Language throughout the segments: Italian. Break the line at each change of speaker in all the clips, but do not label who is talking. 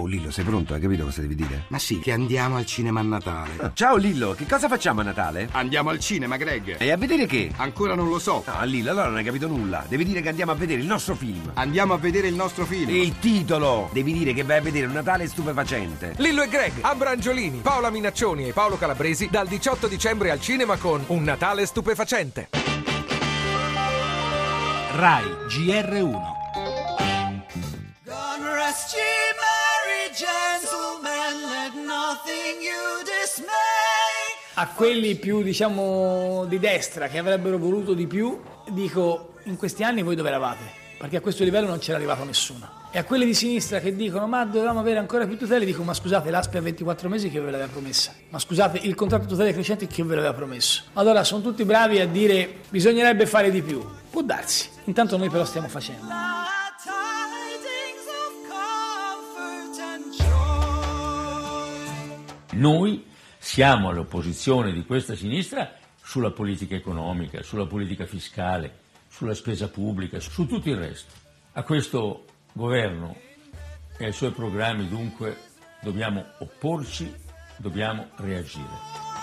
Oh Lillo, sei pronto? Hai capito cosa devi dire?
Ma sì, che andiamo al cinema a Natale.
Ciao Lillo, che cosa facciamo a Natale?
Andiamo al cinema, Greg.
E a vedere che?
Ancora non lo so.
No, Lillo, allora non hai capito nulla. Devi dire che andiamo a vedere il nostro film.
Andiamo a vedere il nostro film.
Il titolo! Devi dire che vai a vedere un Natale stupefacente.
Lillo e Greg, Abrangiolini, Paola Minaccioni e Paolo Calabresi dal 18 dicembre al cinema con Un Natale stupefacente.
Rai GR1.
Rest ye merry gentlemen, let nothing you dismay.
A quelli più, diciamo, di destra che avrebbero voluto di più, dico, in questi anni voi dove eravate? Perché a questo livello non c'era arrivato nessuno. E a quelli di sinistra che dicono, ma dovevamo avere ancora più tutele, dico, ma scusate, l'ASPI a 24 mesi che ve l'aveva promessa? Ma scusate, il contratto tutele crescenti che ve l'aveva promesso? Allora, sono tutti bravi a dire, bisognerebbe fare di più. Può darsi, intanto noi però stiamo facendo.
Noi siamo all'opposizione di questa sinistra sulla politica economica, sulla politica fiscale, sulla spesa pubblica, su tutto il resto. A questo governo e ai suoi programmi dunque dobbiamo opporci, dobbiamo reagire.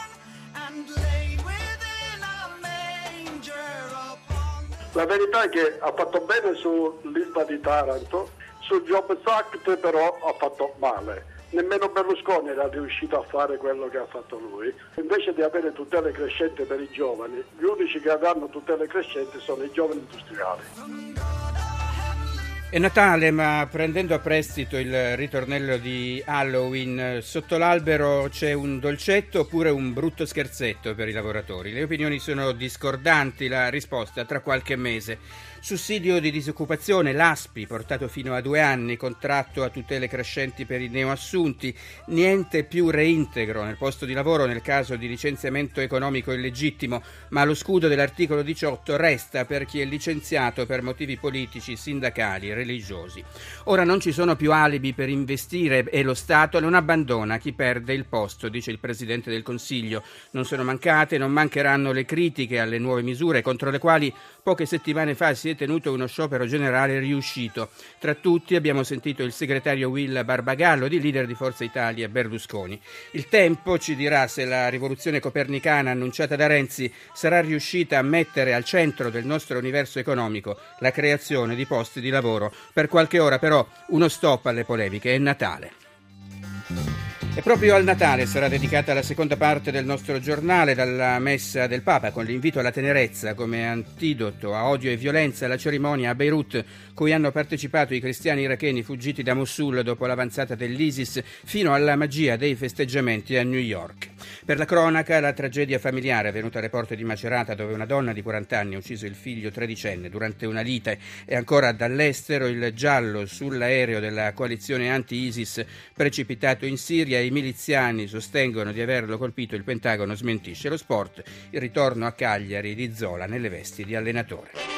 La verità è che ha fatto bene sull'Ilva di Taranto, sul Jobs Act però ha fatto male. Nemmeno Berlusconi era riuscito a fare quello che ha fatto lui. Invece di avere tutele crescenti per i giovani, gli unici che avranno tutele crescenti sono i giovani industriali.
È Natale, ma prendendo a prestito il ritornello di Halloween, sotto l'albero c'è un dolcetto oppure un brutto scherzetto per i lavoratori? Le opinioni sono discordanti, la risposta tra qualche mese. Sussidio di disoccupazione, l'ASPI, portato fino a 2 anni, contratto a tutele crescenti per i neoassunti, niente più reintegro nel posto di lavoro nel caso di licenziamento economico illegittimo, ma lo scudo dell'articolo 18 resta per chi è licenziato per motivi politici, sindacali, religiosi. Ora non ci sono più alibi per investire e lo Stato non abbandona chi perde il posto, dice il Presidente del Consiglio. Non sono mancate e non mancheranno le critiche alle nuove misure contro le quali poche settimane fa si è tenuto uno sciopero generale riuscito. Tra tutti abbiamo sentito il segretario Will Barbagallo, il leader di Forza Italia Berlusconi. Il tempo ci dirà se la rivoluzione copernicana annunciata da Renzi sarà riuscita a mettere al centro del nostro universo economico la creazione di posti di lavoro. Per qualche ora però uno stop alle polemiche, è Natale. E proprio al Natale sarà dedicata la seconda parte del nostro giornale, dalla messa del Papa con l'invito alla tenerezza come antidoto a odio e violenza, alla cerimonia a Beirut cui hanno partecipato i cristiani iracheni fuggiti da Mosul dopo l'avanzata dell'ISIS, fino alla magia dei festeggiamenti a New York. Per la cronaca, la tragedia familiare avvenuta alle porte di Macerata, dove una donna di 40 anni ha ucciso il figlio 13enne durante una lite, e ancora dall'estero il giallo sull'aereo della coalizione anti-ISIS precipitato in Siria. I miliziani sostengono di averlo colpito, il Pentagono smentisce. Lo sport, il ritorno a Cagliari di Zola nelle vesti di allenatore.